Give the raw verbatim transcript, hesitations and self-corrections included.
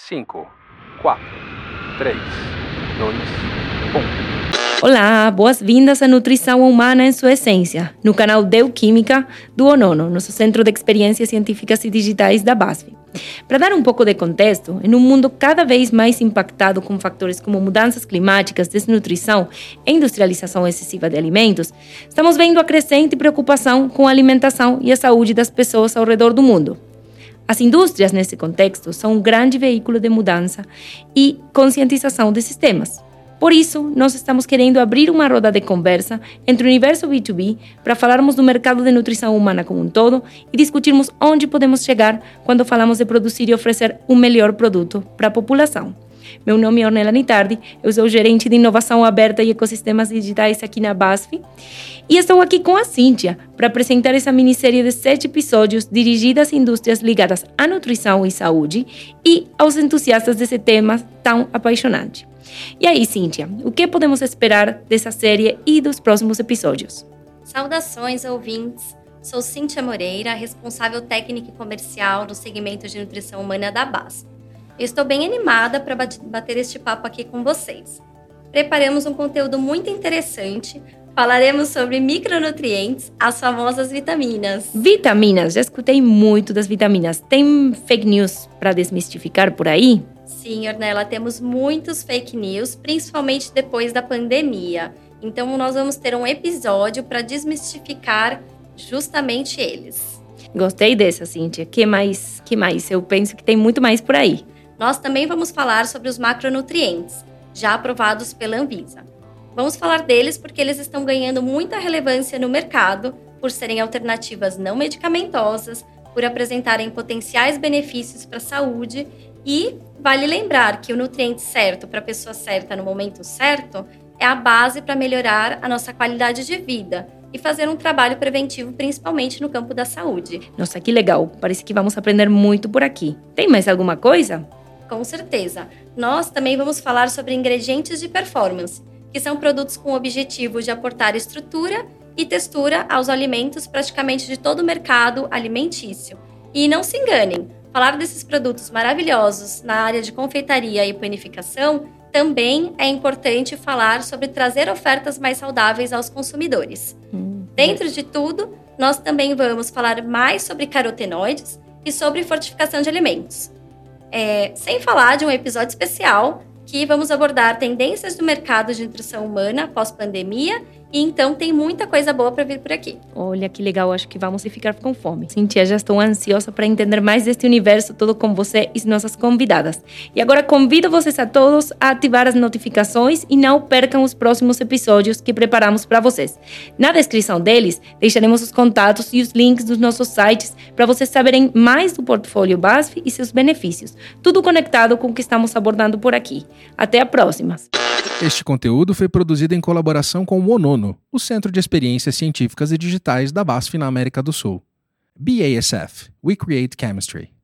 cinco, quatro, três, dois, um. Olá, boas-vindas à Nutrição Humana em sua essência, no canal Deuquímica do ONONO, nosso Centro de Experiências Científicas e Digitais da BASF. Para dar um pouco de contexto, em um mundo cada vez mais impactado com fatores como mudanças climáticas, desnutrição e industrialização excessiva de alimentos, estamos vendo a crescente preocupação com a alimentação e a saúde das pessoas ao redor do mundo. As indústrias, nesse contexto, são um grande veículo de mudança e conscientização desses temas. Por isso, nós estamos querendo abrir uma roda de conversa entre o universo B dois B para falarmos do mercado de nutrição humana como um todo e discutirmos onde podemos chegar quando falamos de produzir e oferecer um melhor produto para a população. Meu nome é Ornella Nitardi, eu sou gerente de inovação aberta e ecossistemas digitais aqui na BASF e estou aqui com a Cíntia para apresentar essa minissérie de sete episódios dirigida às indústrias ligadas à nutrição e saúde e aos entusiastas desse tema tão apaixonante. E aí, Cíntia, o que podemos esperar dessa série e dos próximos episódios? Saudações, ouvintes! Sou Cíntia Moreira, responsável técnica e comercial no segmento de nutrição humana da BASF. Eu estou bem animada para bater este papo aqui com vocês. Preparamos um conteúdo muito interessante, falaremos sobre micronutrientes, as famosas vitaminas. Vitaminas, já escutei muito das vitaminas. Tem fake news para desmistificar por aí? Sim, Ornella, temos muitos fake news, principalmente depois da pandemia. Então, nós vamos ter um episódio para desmistificar justamente eles. Gostei dessa, Cíntia. Que mais? Que mais? Eu penso que tem muito mais por aí. Nós também vamos falar sobre os macronutrientes, já aprovados pela Anvisa. Vamos falar deles porque eles estão ganhando muita relevância no mercado, por serem alternativas não medicamentosas, por apresentarem potenciais benefícios para a saúde e vale lembrar que o nutriente certo para a pessoa certa no momento certo é a base para melhorar a nossa qualidade de vida e fazer um trabalho preventivo, principalmente no campo da saúde. Nossa, que legal! Parece que vamos aprender muito por aqui. Tem mais alguma coisa? Com certeza. Nós também vamos falar sobre ingredientes de performance, que são produtos com o objetivo de aportar estrutura e textura aos alimentos praticamente de todo o mercado alimentício. E não se enganem, falar desses produtos maravilhosos na área de confeitaria e panificação também é importante falar sobre trazer ofertas mais saudáveis aos consumidores. Hum. Dentro de tudo, nós também vamos falar mais sobre carotenoides e sobre fortificação de alimentos. É, sem falar de um episódio especial que vamos abordar tendências do mercado de nutrição humana pós-pandemia. E então tem muita coisa boa para vir por aqui. Olha que legal, acho que vamos ficar com fome. Cíntia, já estou ansiosa para entender mais deste universo todo com você e nossas convidadas. E agora convido vocês a todos a ativar as notificações e não percam os próximos episódios que preparamos para vocês. Na descrição deles, deixaremos os contatos e os links dos nossos sites para vocês saberem mais do portfólio BASF e seus benefícios. Tudo conectado com o que estamos abordando por aqui. Até a próxima! Este conteúdo foi produzido em colaboração com o ONONO, o Centro de Experiências Científicas e Digitais da BASF na América do Sul. B A S F, We Create Chemistry.